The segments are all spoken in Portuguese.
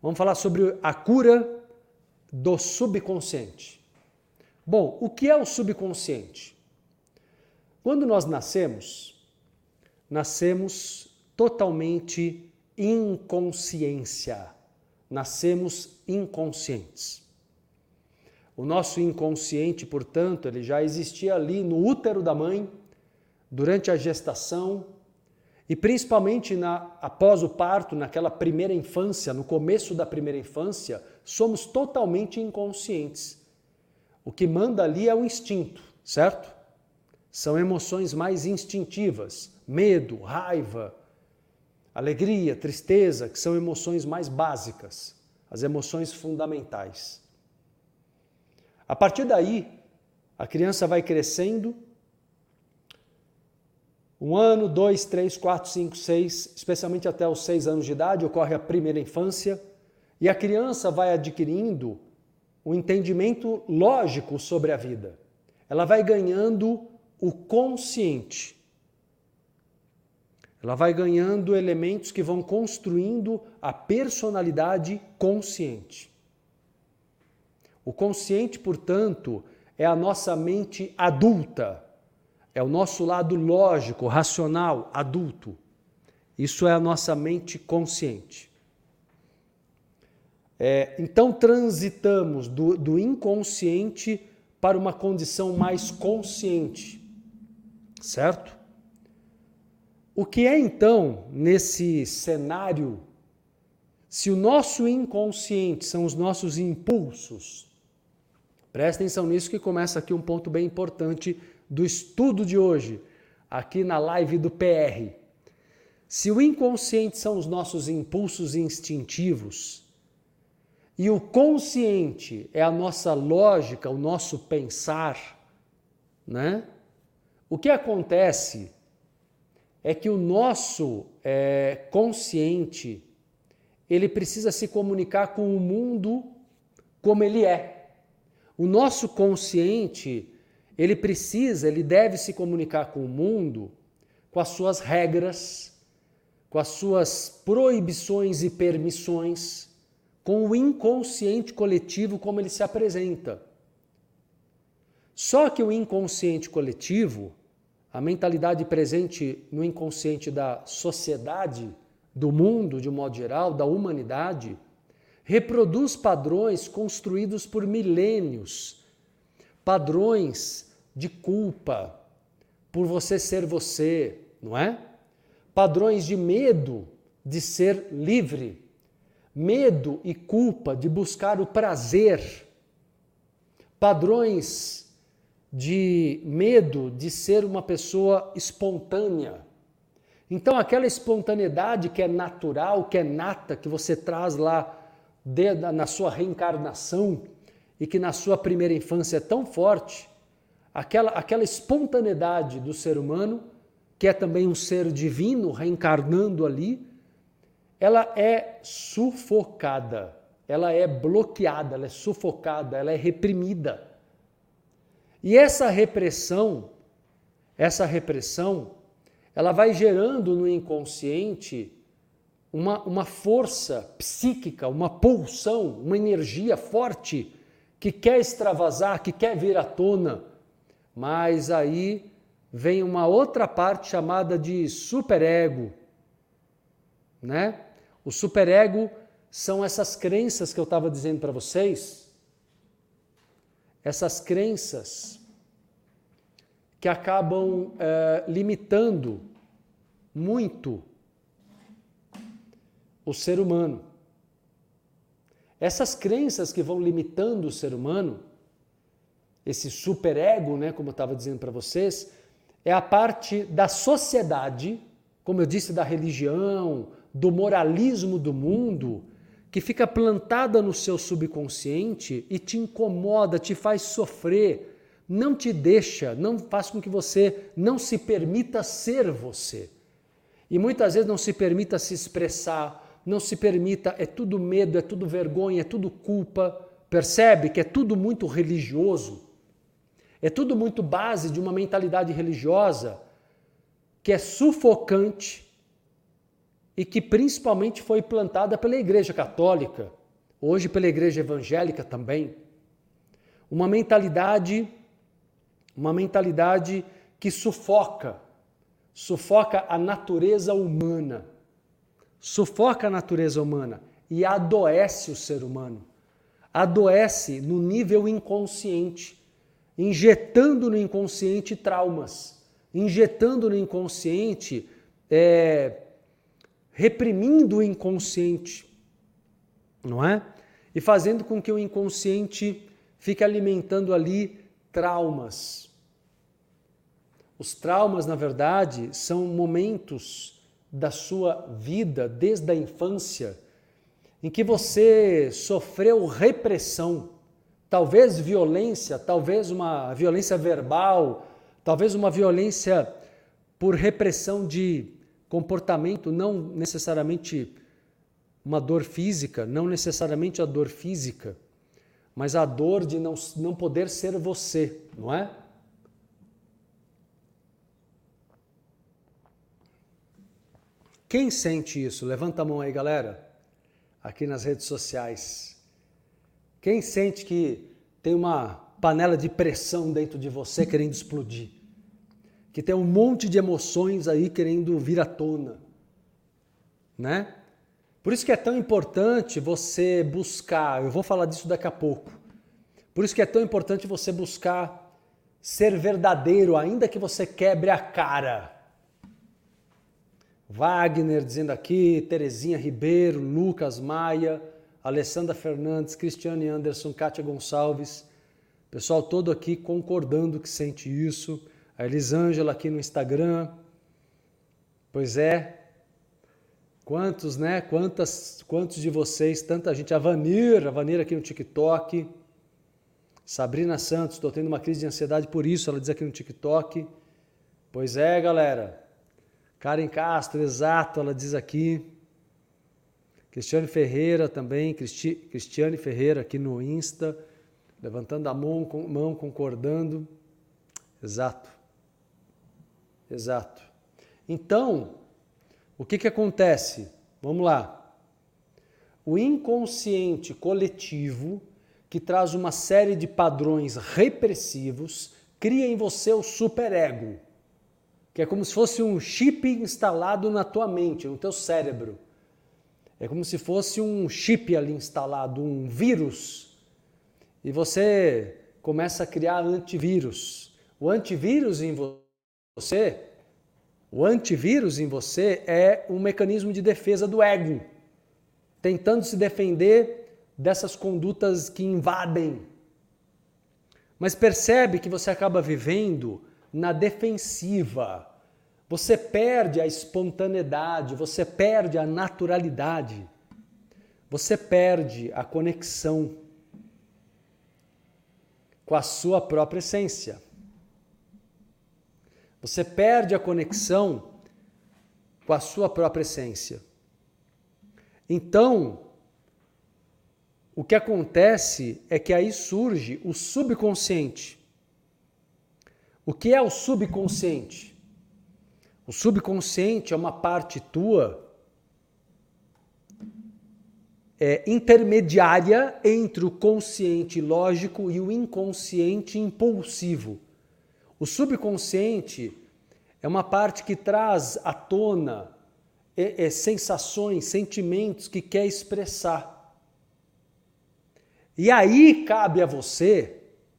Vamos falar sobre a cura do subconsciente. Bom, o que é o subconsciente? Quando nós nascemos totalmente inconsciência. Nascemos inconscientes. O nosso inconsciente, portanto, ele já existia ali no útero da mãe, durante a gestação e principalmente após o parto, naquela primeira infância, no começo da primeira infância, somos totalmente inconscientes. O que manda ali é o instinto, certo? São emoções mais instintivas, medo, raiva, alegria, tristeza, que são emoções mais básicas, as emoções fundamentais. A partir daí, a criança vai crescendo, 1 ano, 2, 3, 4, 5, 6, especialmente até os 6 anos de idade, ocorre a primeira infância, e a criança vai adquirindo um entendimento lógico sobre a vida. Ela vai ganhando o consciente. Ela vai ganhando elementos que vão construindo a personalidade consciente. O consciente, portanto, é a nossa mente adulta, é o nosso lado lógico, racional, adulto. Isso é a nossa mente consciente. Então transitamos do inconsciente para uma condição mais consciente, certo? O que é então, nesse cenário, se o nosso inconsciente são os nossos impulsos? Presta atenção nisso que começa aqui um ponto bem importante do estudo de hoje, aqui na live do PR. Se o inconsciente são os nossos impulsos instintivos e o consciente é a nossa lógica, o nosso pensar, né? O que acontece é que o nosso consciente, ele precisa se comunicar com o mundo como ele é. O nosso consciente, ele deve se comunicar com o mundo com as suas regras, com as suas proibições e permissões, com o inconsciente coletivo como ele se apresenta. Só que o inconsciente coletivo, a mentalidade presente no inconsciente da sociedade, do mundo de um modo geral, da humanidade, reproduz padrões construídos por milênios, padrões de culpa por você ser você, não é? Padrões de medo de ser livre, medo e culpa de buscar o prazer, padrões de medo de ser uma pessoa espontânea. Então aquela espontaneidade que é natural, que é nata, que você traz lá na sua reencarnação e que na sua primeira infância é tão forte, aquela espontaneidade do ser humano, que é também um ser divino reencarnando ali, ela é sufocada, ela é bloqueada, ela é sufocada, ela é reprimida. E essa repressão, ela vai gerando no inconsciente uma força psíquica, uma pulsão, uma energia forte que quer extravasar, que quer vir à tona. Mas aí vem uma outra parte chamada de superego, né? O superego são essas crenças que eu estava dizendo para vocês, essas crenças que acabam limitando muito o ser humano. Essas crenças que vão limitando o ser humano, esse superego, né, como eu estava dizendo para vocês, é a parte da sociedade, como eu disse, da religião, do moralismo do mundo, que fica plantada no seu subconsciente e te incomoda, te faz sofrer, não te deixa, não faz com que você não se permita ser você. E muitas vezes não se permita se expressar, não se permita, é tudo medo, é tudo vergonha, é tudo culpa. Percebe que é tudo muito religioso? É tudo muito base de uma mentalidade religiosa que é sufocante e que principalmente foi plantada pela Igreja Católica, hoje pela Igreja Evangélica também. Uma mentalidade que sufoca a natureza humana, e adoece o ser humano, adoece no nível inconsciente, injetando no inconsciente traumas, injetando no inconsciente, reprimindo o inconsciente, não é? E fazendo com que o inconsciente fique alimentando ali traumas. Os traumas, na verdade, são momentos da sua vida, desde a infância, em que você sofreu repressão, talvez violência, talvez uma violência verbal, talvez uma violência por repressão de comportamento, não necessariamente uma dor física, não necessariamente a dor física, mas a dor de não poder ser você, não é? Quem sente isso? Levanta a mão aí, galera, aqui nas redes sociais. Quem sente que tem uma panela de pressão dentro de você querendo explodir? Que tem um monte de emoções aí querendo vir à tona, né? Por isso que é tão importante você buscar, eu vou falar disso daqui a pouco, por isso que é tão importante você buscar ser verdadeiro, ainda que você quebre a cara. Wagner dizendo aqui, Terezinha Ribeiro, Lucas Maia, Alessandra Fernandes, Cristiane Anderson, Kátia Gonçalves, pessoal todo aqui concordando que sente isso, a Elisângela aqui no Instagram, pois é, quantos, né, quantos de vocês, tanta gente, a Vanir aqui no TikTok, Sabrina Santos, estou tendo uma crise de ansiedade por isso, ela diz aqui no TikTok, pois é, galera, Karen Castro, exato, ela diz aqui. Cristiane Ferreira também, Cristiane Ferreira aqui no Insta, levantando a mão concordando. Exato. Exato. Então, o que acontece? Vamos lá. O inconsciente coletivo, que traz uma série de padrões repressivos, cria em você o superego, que é como se fosse um chip instalado na tua mente, no teu cérebro. É como se fosse um chip ali instalado, um vírus. E você começa a criar antivírus. O antivírus em você é um mecanismo de defesa do ego, tentando se defender dessas condutas que invadem. Mas percebe que você acaba vivendo na defensiva, você perde a espontaneidade, você perde a naturalidade, você perde a conexão com a sua própria essência. Você perde a conexão com a sua própria essência. Então, o que acontece é que aí surge o subconsciente. O que é o subconsciente? O subconsciente é uma parte tua intermediária entre o consciente lógico e o inconsciente impulsivo. O subconsciente é uma parte que traz à tona sensações, sentimentos que quer expressar. E aí cabe a você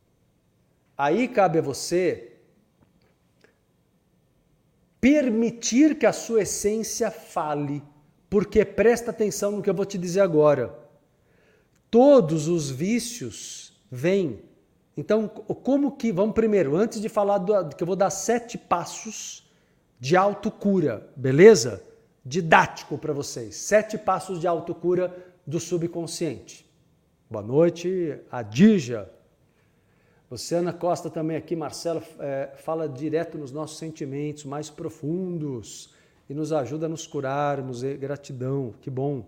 permitir que a sua essência fale, porque presta atenção no que eu vou te dizer agora. Todos os vícios vêm. Então, como que, vamos primeiro, antes de falar que eu vou dar 7 passos de autocura, beleza? Didático para vocês. 7 passos de autocura do subconsciente. Boa noite, Adija. Luciana Costa também aqui, Marcela, fala direto nos nossos sentimentos mais profundos e nos ajuda a nos curarmos. Gratidão, que bom.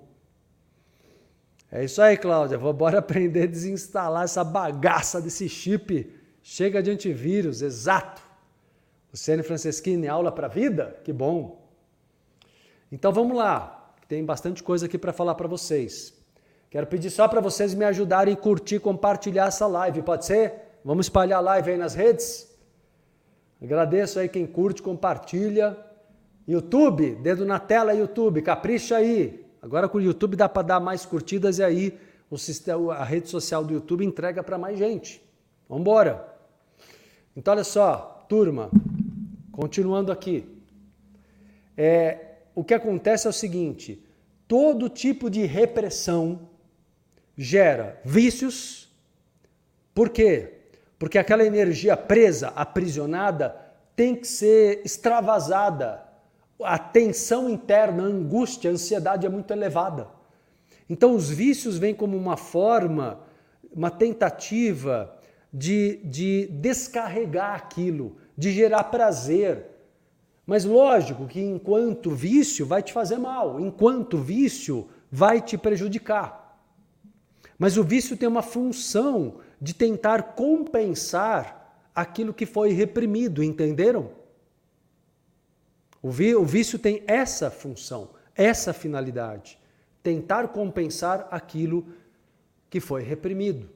É isso aí, Cláudia. Bora aprender a desinstalar essa bagaça desse chip. Chega de antivírus, exato. Luciane Franceschini, aula para a vida? Que bom. Então vamos lá. tem bastante coisa aqui para falar para vocês. Quero pedir só para vocês me ajudarem a curtir, compartilhar essa live, pode ser? Vamos espalhar a live aí nas redes? Agradeço aí quem curte, compartilha. YouTube, dedo na tela, YouTube, capricha aí. Agora com o YouTube dá para dar mais curtidas e aí a rede social do YouTube entrega para mais gente. Vamos embora. Então olha só, turma, continuando aqui. O que acontece é o seguinte, todo tipo de repressão gera vícios. Por quê? Porque aquela energia presa, aprisionada, tem que ser extravasada. A tensão interna, a angústia, a ansiedade é muito elevada. Então os vícios vêm como uma forma, uma tentativa de descarregar aquilo, de gerar prazer. Mas lógico que enquanto vício vai te fazer mal, enquanto vício vai te prejudicar. Mas o vício tem uma função de tentar compensar aquilo que foi reprimido, entenderam? O vício tem essa função, essa finalidade, tentar compensar aquilo que foi reprimido.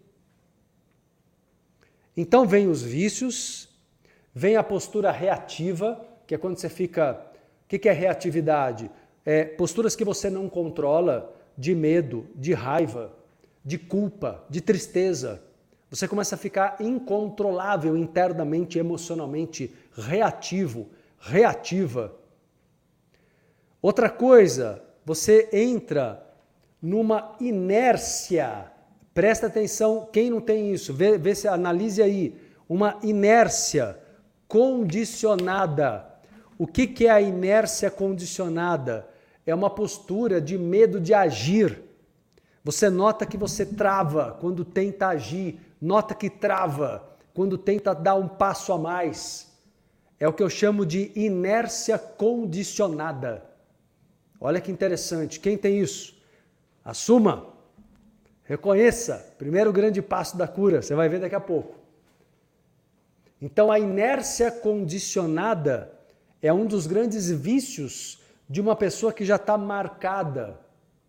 Então vem os vícios, vem a postura reativa, que é quando você fica... O que é reatividade? Posturas que você não controla, de medo, de raiva, de culpa, de tristeza. Você começa a ficar incontrolável internamente, emocionalmente, reativo, reativa. Outra coisa, você entra numa inércia. Presta atenção, quem não tem isso, vê se analise aí. Uma inércia condicionada. O que é a inércia condicionada? É uma postura de medo de agir. Você nota que você trava quando tenta agir, nota que trava quando tenta dar um passo a mais. É o que eu chamo de inércia condicionada. Olha que interessante. Quem tem isso? Assuma. Reconheça. Primeiro grande passo da cura. Você vai ver daqui a pouco. Então, a inércia condicionada é um dos grandes vícios de uma pessoa que já está marcada.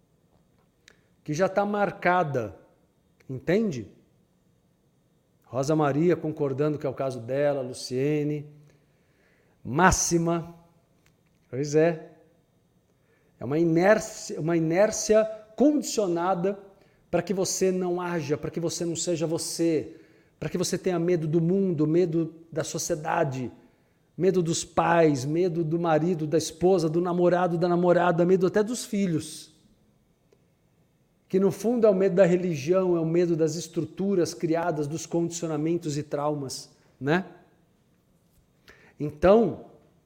Entende? Rosa Maria concordando que é o caso dela, Luciene, Máxima, pois é uma inércia condicionada para que você não haja, para que você não seja você, para que você tenha medo do mundo, medo da sociedade, medo dos pais, medo do marido, da esposa, do namorado, da namorada, medo até dos filhos. Que no fundo é o medo da religião, é o medo das estruturas criadas, dos condicionamentos e traumas, né? Então,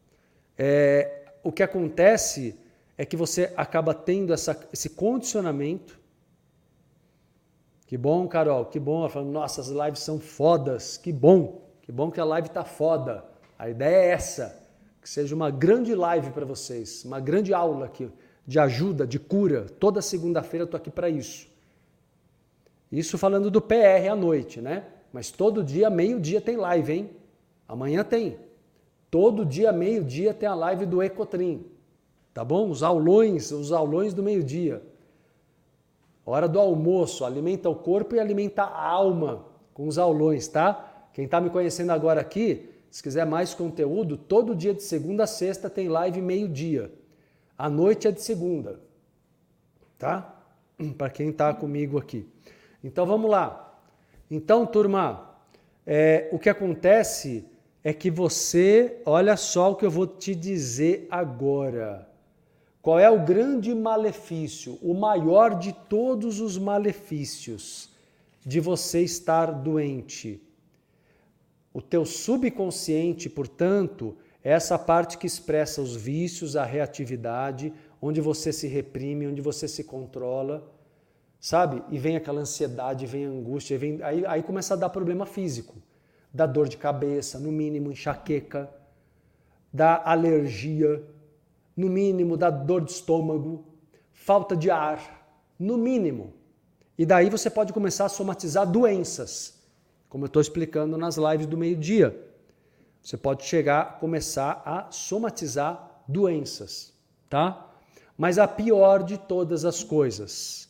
o que acontece é que você acaba tendo esse condicionamento. Que bom, Carol, que bom. Ela falando, nossa, as lives são fodas, que bom que a live tá foda. A ideia é essa, que seja uma grande live para vocês, uma grande aula aqui, de ajuda, de cura. Toda segunda-feira eu estou aqui para isso. Isso falando do PR à noite, né? Mas todo dia, meio-dia tem live, hein? Amanhã tem. Todo dia, meio-dia tem a live do Ecotrim. Tá bom? Os aulões do meio-dia. Hora do almoço, alimenta o corpo e alimenta a alma com os aulões, tá? Quem está me conhecendo agora aqui, se quiser mais conteúdo, todo dia de segunda a sexta tem live meio-dia. À noite é de segunda, tá? Para quem está comigo aqui. Então vamos lá. Então, turma, o que acontece é que você, olha só o que eu vou te dizer agora. Qual é o grande malefício, o maior de todos os malefícios de você estar doente? O teu subconsciente, portanto, é essa parte que expressa os vícios, a reatividade, onde você se reprime, onde você se controla, sabe? E vem aquela ansiedade, vem a angústia, aí começa a dar problema físico. Dá dor de cabeça, no mínimo enxaqueca, dá alergia, no mínimo dá dor de estômago, falta de ar, no mínimo. E daí você pode começar a somatizar doenças, como eu estou explicando nas lives do meio-dia. Você pode começar a somatizar doenças, tá? Mas a pior de todas as coisas,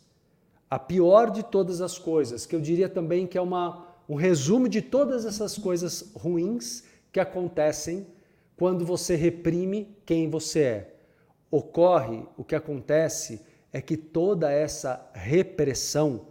que eu diria também que é um resumo de todas essas coisas ruins que acontecem quando você reprime quem você é. O que acontece é que toda essa repressão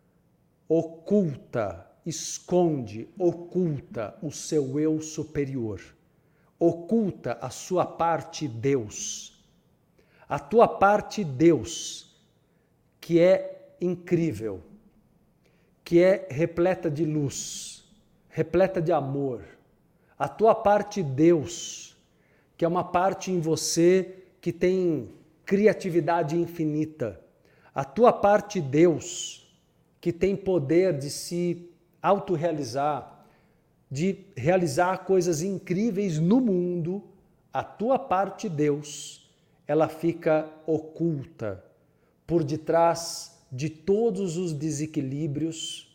oculta o seu eu superior, oculta a sua parte Deus, a tua parte Deus, que é incrível, que é repleta de luz, repleta de amor, a tua parte Deus, que é uma parte em você que tem criatividade infinita, a tua parte Deus, que tem poder de se autorrealizar, de realizar coisas incríveis no mundo, a tua parte Deus, ela fica oculta por detrás de todos os desequilíbrios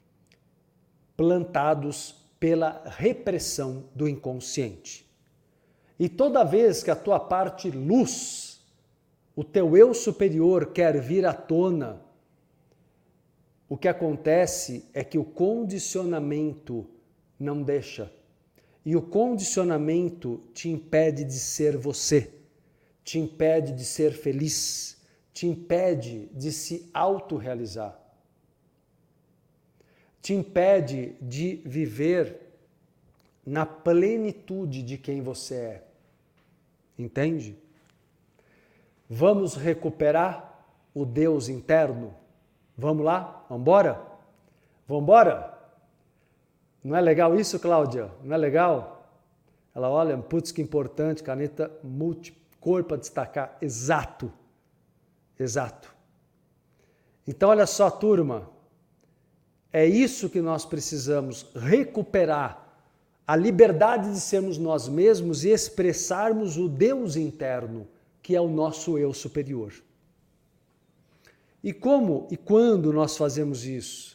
plantados pela repressão do inconsciente. E toda vez que a tua parte luz, o teu eu superior quer vir à tona, o que acontece é que o condicionamento não deixa. E o condicionamento te impede de ser você, te impede de ser feliz, te impede de se autorrealizar, te impede de viver na plenitude de quem você é. Entende? Vamos recuperar o Deus interno? Vamos lá? Vambora? Vambora? Não é legal isso, Cláudia? Não é legal? Ela olha, putz, que importante, caneta multicor para destacar. Exato. Exato. Então, olha só, turma, é isso que nós precisamos recuperar, a liberdade de sermos nós mesmos e expressarmos o Deus interno, que é o nosso eu superior. E como e quando nós fazemos isso?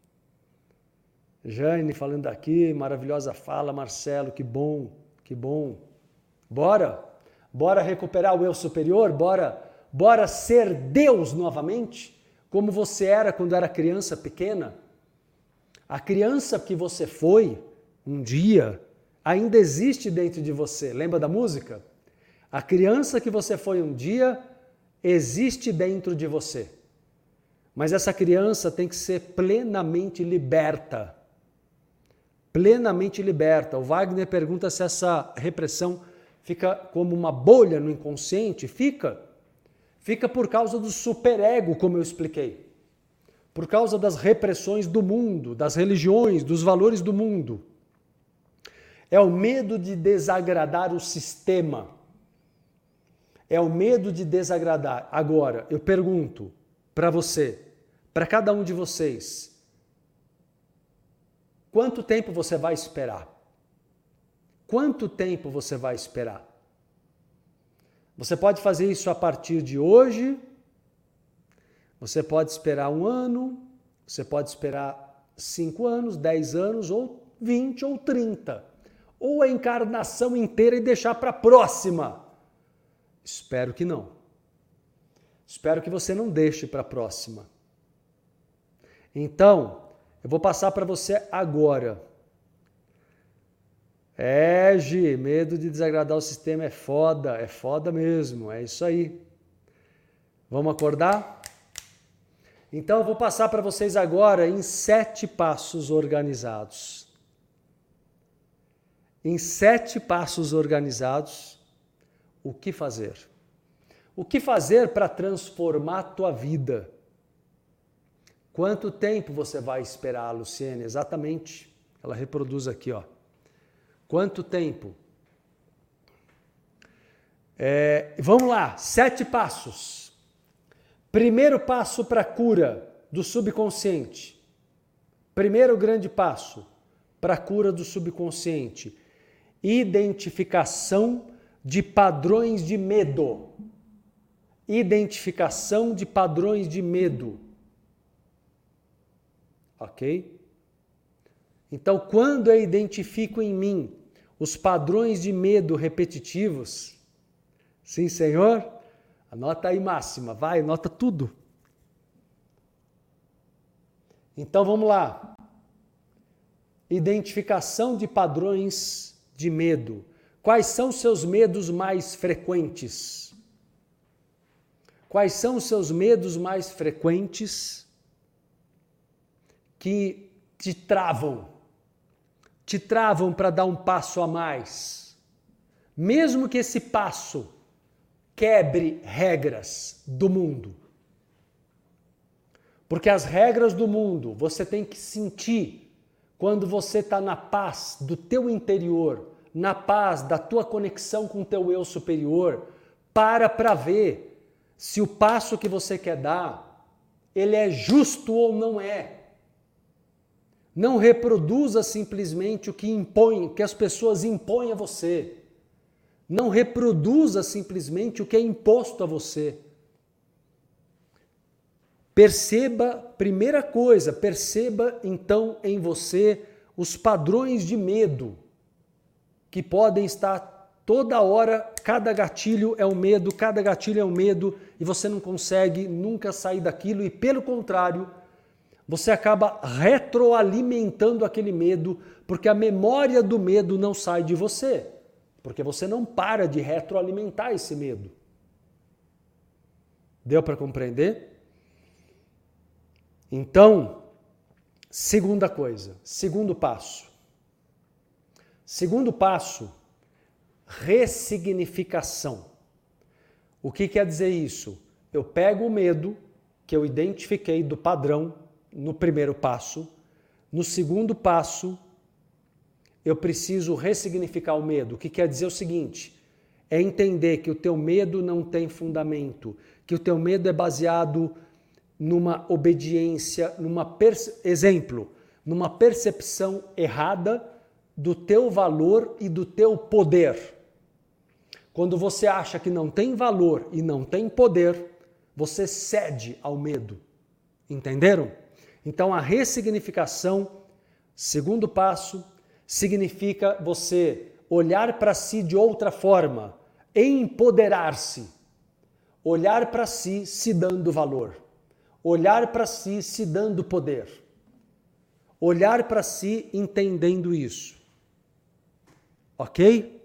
Jane falando aqui, maravilhosa fala, Marcelo, que bom, que bom. Bora? Bora recuperar o eu superior? Bora ser Deus novamente? Como você era quando era criança pequena? A criança que você foi um dia ainda existe dentro de você. Lembra da música? A criança que você foi um dia existe dentro de você. Mas essa criança tem que ser plenamente liberta. Plenamente liberta. O Wagner pergunta se essa repressão fica como uma bolha no inconsciente. Fica. Fica por causa do superego, como eu expliquei. Por causa das repressões do mundo, das religiões, dos valores do mundo. É o medo de desagradar o sistema. É o medo de desagradar. Agora, eu pergunto para você, para cada um de vocês, quanto tempo você vai esperar? Quanto tempo você vai esperar? Você pode fazer isso a partir de hoje, você pode esperar 1 ano, você pode esperar 5 anos, 10 anos, ou 20 ou 30. Ou a encarnação inteira e deixar para a próxima. Espero que não. Espero que você não deixe para a próxima. Então, eu vou passar para você agora. Gi, medo de desagradar o sistema é foda mesmo, é isso aí. Vamos acordar? Então, eu vou passar para vocês agora em 7 passos organizados. Em 7 passos organizados, o que fazer? O que fazer para transformar a tua vida? Quanto tempo você vai esperar, Luciene? Exatamente. Ela reproduz aqui, ó. Quanto tempo? Vamos lá, 7 passos. Primeiro passo para a cura do subconsciente. Primeiro grande passo para a cura do subconsciente. Identificação de padrões de medo. Identificação de padrões de medo. Ok? Então, quando eu identifico em mim os padrões de medo repetitivos, sim, Senhor, Anota aí máxima, vai, anota tudo. Então vamos lá. Identificação de padrões de medo. Quais são os seus medos mais frequentes? Quais são os seus medos mais frequentes que te travam? Te travam para dar um passo a mais. Mesmo que esse passo quebre regras do mundo. Porque as regras do mundo você tem que sentir quando você está na paz do teu interior, na paz da tua conexão com o teu eu superior, para ver se o passo que você quer dar, ele é justo ou não é. Não reproduza simplesmente o que impõe, que as pessoas impõem a você. Não reproduza simplesmente o que é imposto a você. Perceba, primeira coisa, perceba então em você os padrões de medo que podem estar toda hora, cada gatilho é um medo, cada gatilho é um medo e você não consegue nunca sair daquilo e pelo contrário, você acaba retroalimentando aquele medo porque a memória do medo não sai de você. Porque você não para de retroalimentar esse medo. Deu para compreender? Então, segunda coisa, segundo passo. Segundo passo, ressignificação. O que quer dizer isso? Eu pego o medo que eu identifiquei do padrão no primeiro passo. No segundo passo, eu preciso ressignificar o medo. O que quer dizer o seguinte, é entender que o teu medo não tem fundamento, que o teu medo é baseado numa obediência, numa percepção errada do teu valor e do teu poder. Quando você acha que não tem valor e não tem poder, você cede ao medo. Entenderam? Então a ressignificação, segundo passo, significa você olhar para si de outra forma, empoderar-se, olhar para si se dando valor, olhar para si se dando poder, olhar para si entendendo isso. Ok?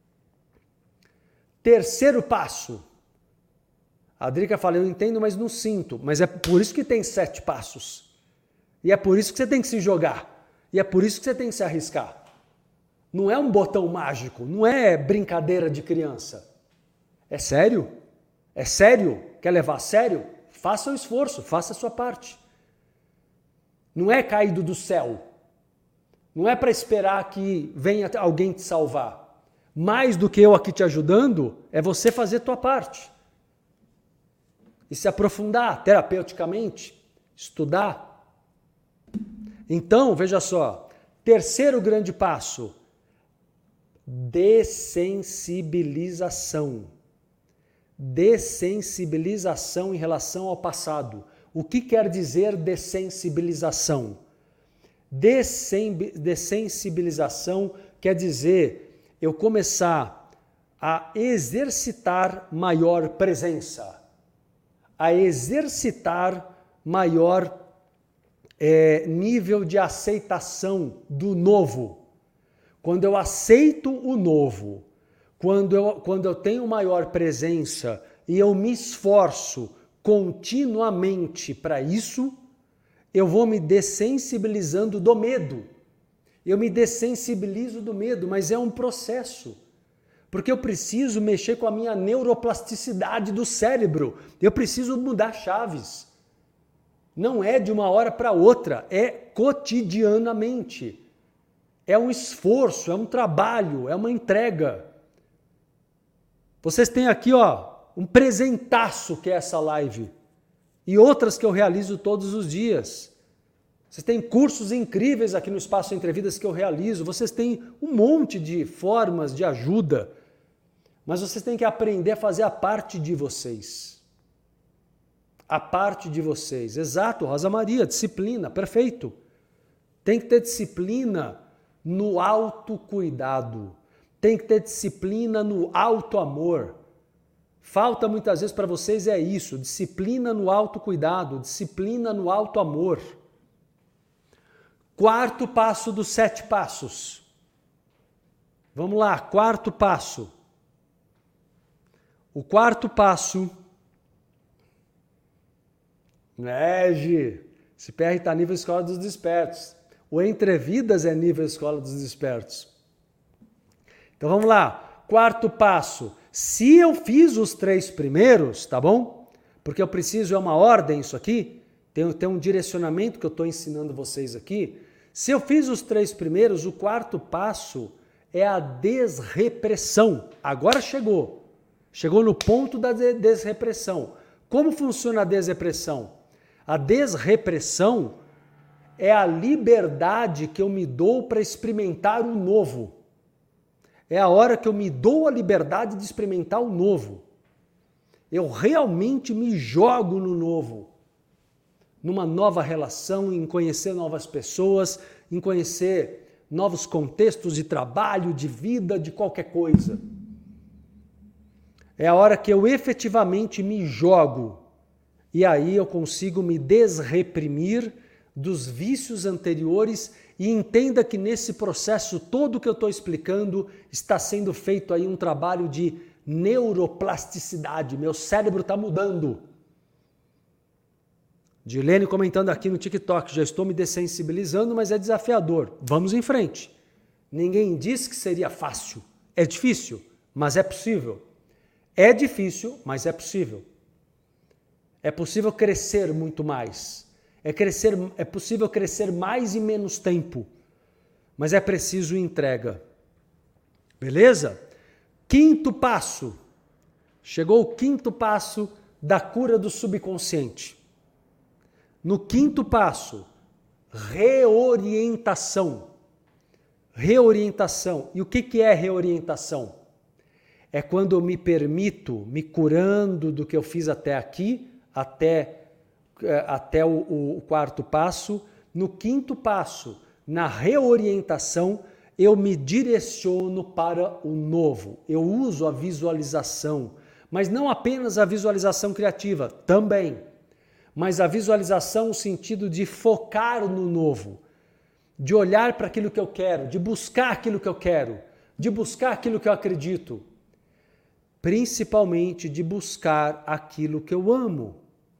Terceiro passo. A Drica fala, eu entendo, mas não sinto. Mas é por isso que tem 7 passos. E é por isso que você tem que se jogar. E é por isso que você tem que se arriscar. Não é um botão mágico, não é brincadeira de criança. É sério? É sério? Quer levar a sério? Faça o esforço, faça a sua parte. Não é caído do céu. Não é para esperar que venha alguém te salvar. Mais do que eu aqui te ajudando, é você fazer a tua parte. E se aprofundar terapeuticamente, estudar. Então, veja só, terceiro grande passo, dessensibilização. Dessensibilização em relação ao passado. O que quer dizer dessensibilização? Dessensibilização quer dizer eu começar a exercitar maior presença, a exercitar maior nível de aceitação do novo. Quando eu aceito o novo, quando eu tenho maior presença e eu me esforço continuamente para isso, eu vou me dessensibilizando do medo. Eu me dessensibilizo do medo, mas é um processo. Porque eu preciso mexer com a minha neuroplasticidade do cérebro. Eu preciso mudar chaves. Não é de uma hora para outra, é cotidianamente. É um esforço, é um trabalho, é uma entrega. Vocês têm aqui, um presentaço que é essa live. E outras que eu realizo todos os dias. Vocês têm cursos incríveis aqui no Espaço Entre Vidas que eu realizo. Vocês têm um monte de formas de ajuda. Mas vocês têm que aprender a fazer a parte de vocês. A parte de vocês. Exato, Rosa Maria, disciplina, perfeito. Tem que ter disciplina no autocuidado. Tem que ter disciplina no autoamor. Falta muitas vezes para vocês é isso, disciplina no autocuidado, disciplina no autoamor. Quarto passo dos 7 passos. Vamos lá, quarto passo. O quarto passo... Esse PR está nível Escola dos Despertos. O Entrevidas é nível Escola dos Despertos. Então vamos lá. Quarto passo. Se eu fiz os 3 primeiros, tá bom? Porque eu preciso, é uma ordem isso aqui. Tem um direcionamento que eu estou ensinando vocês aqui. Se eu fiz os 3 primeiros, o quarto passo é a desrepressão. Agora chegou. Chegou no ponto da desrepressão. Como funciona a desrepressão? A desrepressão é a liberdade que eu me dou para experimentar o novo. É a hora que eu me dou a liberdade de experimentar o novo. Eu realmente me jogo no novo. Numa nova relação, em conhecer novas pessoas, em conhecer novos contextos de trabalho, de vida, de qualquer coisa. É a hora que eu efetivamente me jogo. E aí eu consigo me desreprimir dos vícios anteriores e entenda que nesse processo todo que eu estou explicando está sendo feito aí um trabalho de neuroplasticidade. Meu cérebro está mudando. Dilene comentando aqui no TikTok, já estou me dessensibilizando, mas é desafiador. Vamos em frente. Ninguém disse que seria fácil. É difícil, mas é possível. É difícil, mas é possível. É possível crescer muito mais. É possível crescer mais em menos tempo. Mas é preciso entrega. Beleza? Quinto passo. Chegou o quinto passo da cura do subconsciente. No quinto passo, reorientação. Reorientação. E o que é reorientação? É quando eu me permito, me curando do que eu fiz até aqui, até o quarto passo. No quinto passo, na reorientação, eu me direciono para o novo. Eu uso a visualização, mas não apenas a visualização criativa, também. Mas a visualização no sentido de focar no novo, de olhar para aquilo que eu quero, de buscar aquilo que eu quero, de buscar aquilo que eu acredito. Principalmente de buscar aquilo que eu amo.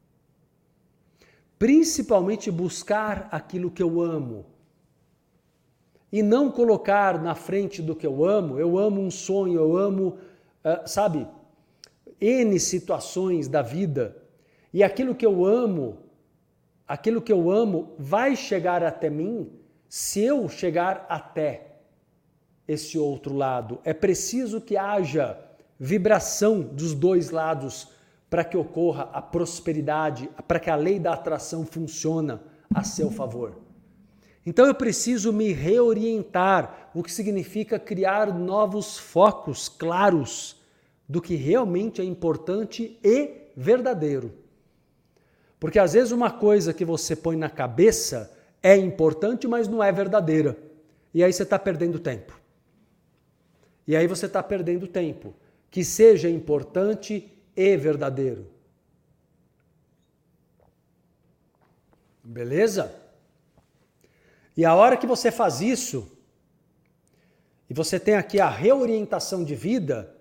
Principalmente buscar aquilo que eu amo. E não colocar na frente do que eu amo um sonho, eu amo, N situações da vida. E aquilo que eu amo vai chegar até mim se eu chegar até esse outro lado. É preciso que haja vibração dos dois lados para que ocorra a prosperidade, para que a lei da atração funcione a seu favor. Então eu preciso me reorientar, o que significa criar novos focos claros do que realmente é importante e verdadeiro. Porque às vezes uma coisa que você põe na cabeça é importante, mas não é verdadeira. E aí você está perdendo tempo. Que seja importante e verdadeiro. Beleza? E a hora que você faz isso, e você tem aqui a reorientação de vida,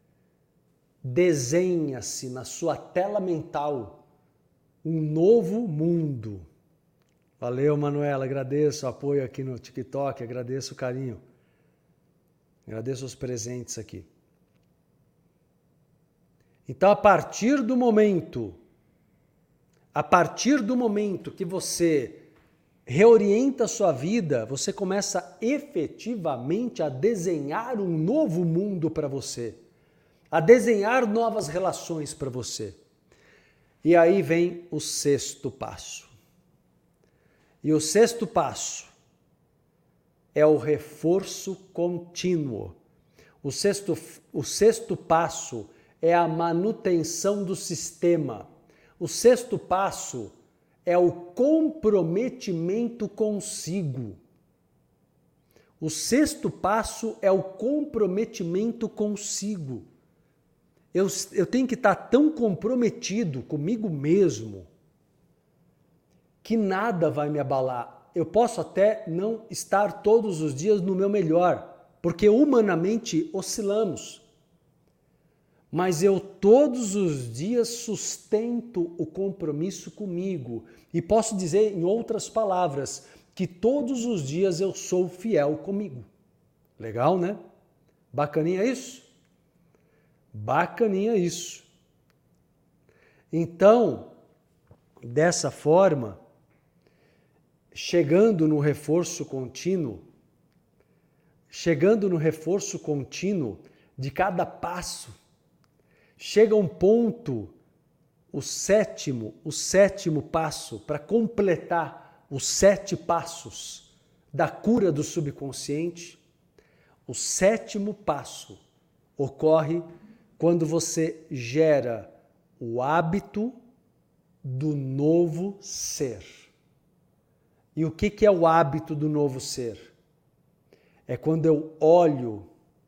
desenha-se na sua tela mental um novo mundo. Valeu, Manuela, agradeço o apoio aqui no TikTok, agradeço o carinho. Agradeço os presentes aqui. Então, a partir do momento que você reorienta a sua vida, você começa efetivamente a desenhar um novo mundo para você, a desenhar novas relações para você. E aí vem o sexto passo. E o sexto passo é o reforço contínuo. O sexto passo é a manutenção do sistema. O sexto passo é o comprometimento consigo. O sexto passo é o comprometimento consigo. Eu tenho que estar tão comprometido comigo mesmo que nada vai me abalar. Eu posso até não estar todos os dias no meu melhor, porque humanamente oscilamos. Mas eu todos os dias sustento o compromisso comigo. E posso dizer, em outras palavras, que todos os dias eu sou fiel comigo. Legal, né? Bacaninha isso? Bacaninha isso. Então, dessa forma, chegando no reforço contínuo de cada passo, chega um ponto, o sétimo passo, para completar os 7 passos da cura do subconsciente. O 7º passo ocorre quando você gera o hábito do novo ser. E o que é o hábito do novo ser? É quando eu olho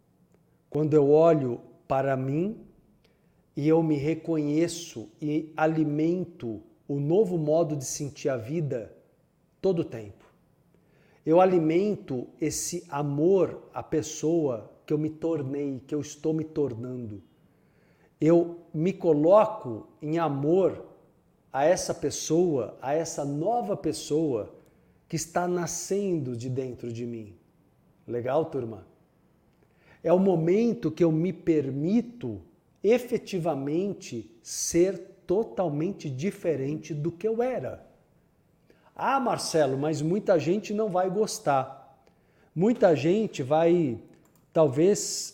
para mim e eu me reconheço e alimento o novo modo de sentir a vida todo o tempo. Eu alimento esse amor à pessoa que eu me tornei, que eu estou me tornando. Eu me coloco em amor a essa pessoa, a essa nova pessoa que está nascendo de dentro de mim. Legal, turma? É o momento que eu me permito efetivamente ser totalmente diferente do que eu era. Ah, Marcelo, mas muita gente não vai gostar. Muita gente vai, talvez,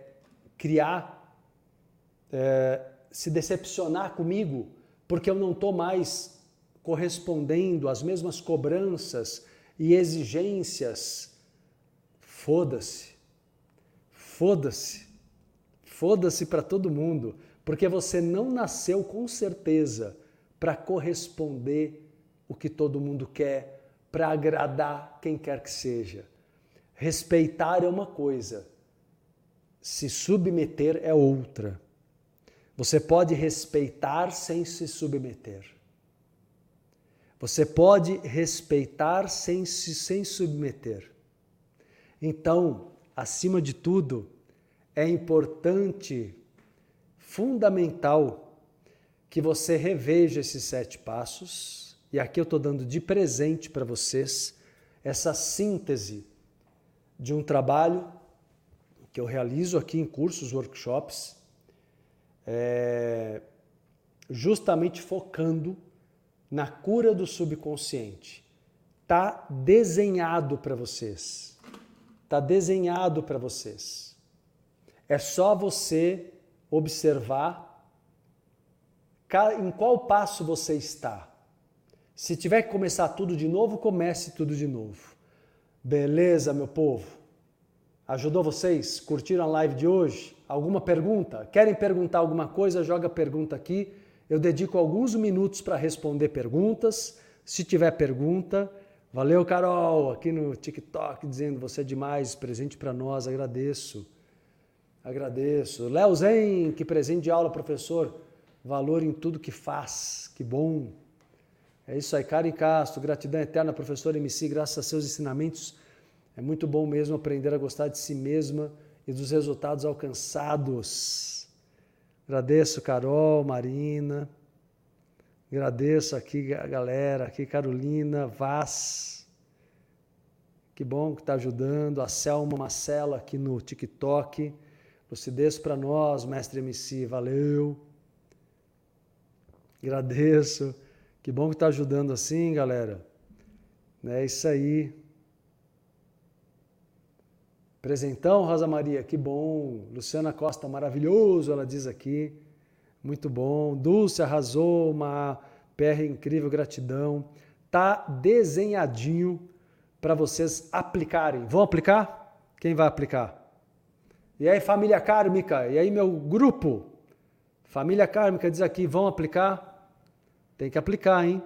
se decepcionar comigo, porque eu não estou mais correspondendo às mesmas cobranças e exigências. Foda-se. Foda-se. Foda-se para todo mundo, porque você não nasceu com certeza para corresponder o que todo mundo quer, para agradar quem quer que seja. Respeitar é uma coisa, se submeter é outra. Você pode respeitar sem se submeter. Você pode respeitar sem se submeter. Então, acima de tudo, é importante, fundamental, que você reveja esses 7 passos. E aqui eu estou dando de presente para vocês essa síntese de um trabalho que eu realizo aqui em cursos, workshops, justamente focando na cura do subconsciente. Está desenhado para vocês. Está desenhado para vocês. É só você observar em qual passo você está. Se tiver que começar tudo de novo, comece tudo de novo. Beleza, meu povo? Ajudou vocês? Curtiram a live de hoje? Alguma pergunta? Querem perguntar alguma coisa? Joga a pergunta aqui. Eu dedico alguns minutos para responder perguntas. Se tiver pergunta, valeu, Carol, aqui no TikTok, dizendo você é demais, presente para nós, agradeço. Agradeço. Léo Zen, que presente de aula, professor. Valor em tudo que faz. Que bom. É isso aí, Karen Castro, gratidão eterna, professor MC, graças a seus ensinamentos. É muito bom mesmo aprender a gostar de si mesma e dos resultados alcançados. Agradeço, Carol, Marina. Agradeço aqui a galera, aqui Carolina, Vaz. Que bom que está ajudando. A Selma Marcela aqui no TikTok. Lucidez para nós, mestre MC, valeu. Agradeço. Que bom que está ajudando assim, galera. É isso aí. Presentão, Rosa Maria, que bom. Luciana Costa, maravilhoso, ela diz aqui. Muito bom. Dulce arrasou, uma PR incrível, gratidão. Tá desenhadinho para vocês aplicarem. Vão aplicar? Quem vai aplicar? E aí, família kármica? E aí, meu grupo? Família kármica diz aqui, vão aplicar? Tem que aplicar, hein?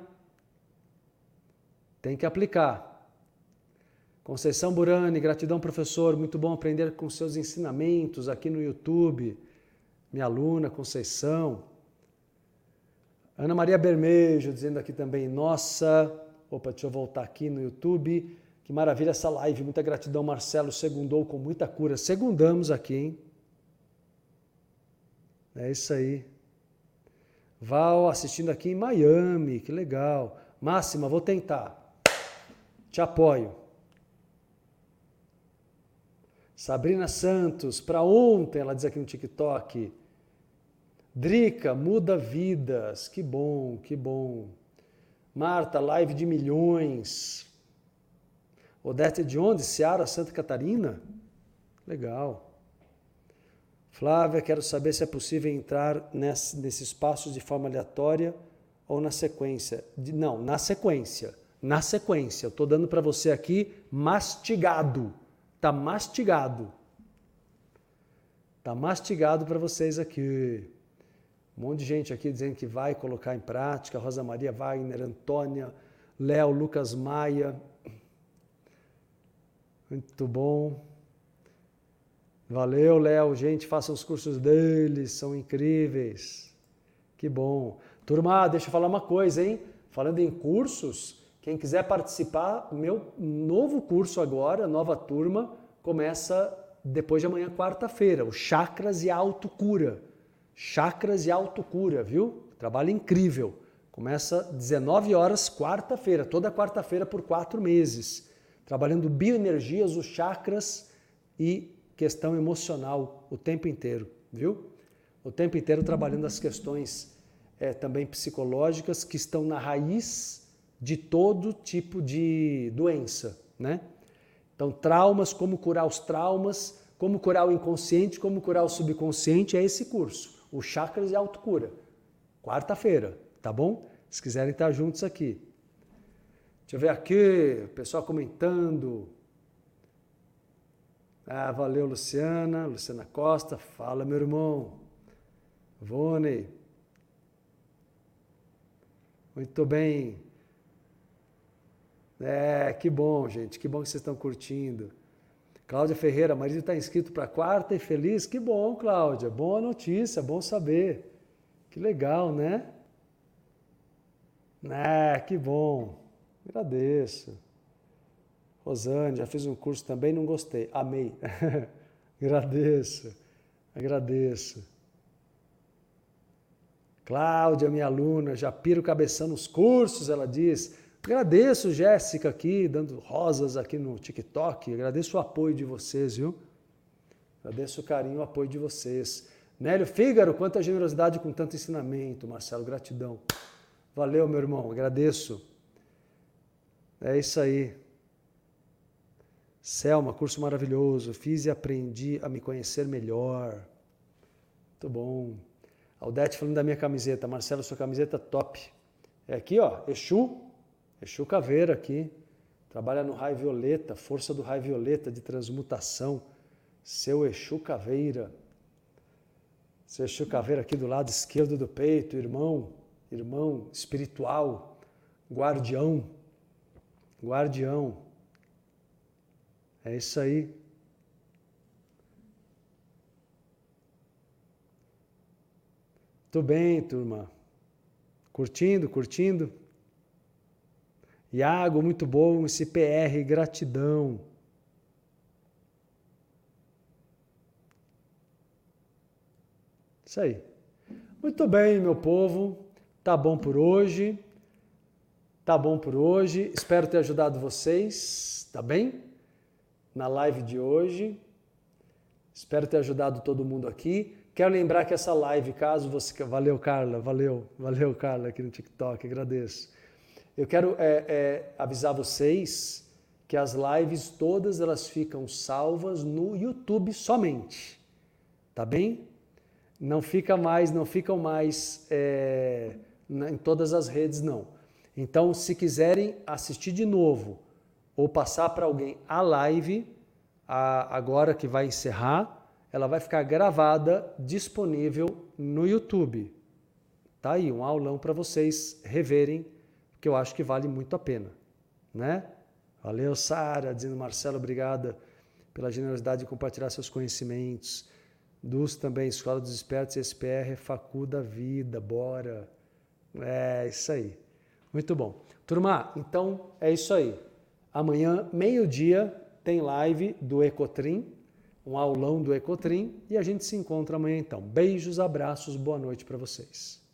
Tem que aplicar. Conceição Burani, gratidão, professor. Muito bom aprender com seus ensinamentos aqui no YouTube. minha aluna Conceição. Ana Maria Bermejo dizendo aqui também, nossa, opa, deixa eu voltar aqui no YouTube, que maravilha essa live, muita gratidão, Marcelo, segundou com muita cura. Segundamos aqui, hein? É isso aí. Val assistindo aqui em Miami, que legal. Máxima, vou tentar. Te apoio. Sabrina Santos, para ontem, ela diz aqui no TikTok. Drica, muda vidas. Que bom, que bom. Marta, live de milhões. Odete de onde? Ceará, Santa Catarina? Legal. Flávia, quero saber se é possível entrar nesses passos de forma aleatória ou na sequência. Não, na sequência. Na sequência. Eu estou dando para você aqui mastigado. Está mastigado. Está mastigado para vocês aqui. Um monte de gente aqui dizendo que vai colocar em prática. Rosa Maria Wagner, Antônia, Léo, Lucas Maia. Muito bom. Valeu, Léo. Gente, façam os cursos deles, são incríveis. Que bom. Turma, deixa eu falar uma coisa, hein? Falando em cursos, quem quiser participar, meu novo curso agora, nova turma, começa depois de amanhã, quarta-feira, o Chakras e Autocura. Chakras e Autocura, viu? Trabalho incrível. Começa 19 horas, quarta-feira, toda quarta-feira por 4 meses. Trabalhando bioenergias, os chakras e questão emocional o tempo inteiro, viu? O tempo inteiro trabalhando as questões também psicológicas que estão na raiz de todo tipo de doença, né? Então, traumas, como curar os traumas, como curar o inconsciente, como curar o subconsciente, é esse curso, o Chakras e Autocura. Quarta-feira, tá bom? Se quiserem estar juntos aqui. Deixa eu ver aqui, o pessoal comentando. Ah, valeu, Luciana Costa, fala, meu irmão. Vone. Muito bem. Que bom, gente, que bom que vocês estão curtindo. Cláudia Ferreira, marido está inscrito para quarta e feliz? Que bom, Cláudia, boa notícia, bom saber. Que legal, né? Que bom, agradeço. Rosane, já fiz um curso também, não gostei. Amei. Agradeço. Cláudia, minha aluna, já piro cabeçando os cursos, ela diz. Agradeço, Jéssica, aqui, dando rosas aqui no TikTok. Agradeço o apoio de vocês, viu? Agradeço o carinho, o apoio de vocês. Nélio Fígaro, quanta generosidade com tanto ensinamento. Marcelo, gratidão. Valeu, meu irmão, agradeço. É isso aí. Selma, curso maravilhoso. Fiz e aprendi a me conhecer melhor. Muito bom. Aldete falando da minha camiseta. Marcelo, sua camiseta top. É aqui, ó, Exu Caveira aqui. Trabalha no raio violeta, força do raio violeta de transmutação. Seu Exu Caveira. Seu Exu Caveira aqui do lado esquerdo do peito, irmão espiritual, guardião. É isso aí. Tudo bem, turma? Curtindo? Iago, muito bom, esse PR, gratidão. Isso aí. Muito bem, meu povo. Tá bom por hoje. Espero ter ajudado vocês, tá bem? Na live de hoje. Espero ter ajudado todo mundo aqui. Quero lembrar que essa live, caso você... Valeu, Carla. Valeu, Carla, aqui no TikTok. Agradeço. Eu quero avisar vocês que as lives todas elas ficam salvas no YouTube somente. Tá bem? Não ficam mais em todas as redes, não. Então, se quiserem assistir de novo ou passar para alguém a live, agora que vai encerrar, ela vai ficar gravada, disponível no YouTube. Tá aí, um aulão para vocês reverem, que eu acho que vale muito a pena, né? Valeu, Sara, dizendo Marcelo, obrigada pela generosidade de compartilhar seus conhecimentos. Dulce também, Escola dos Espertos, SPR, Facu da Vida, bora. É isso aí. Muito bom. Turma, então é isso aí. Amanhã, meio-dia, tem live do Ecotrim, um aulão do Ecotrim, e a gente se encontra amanhã então. Beijos, abraços, boa noite para vocês.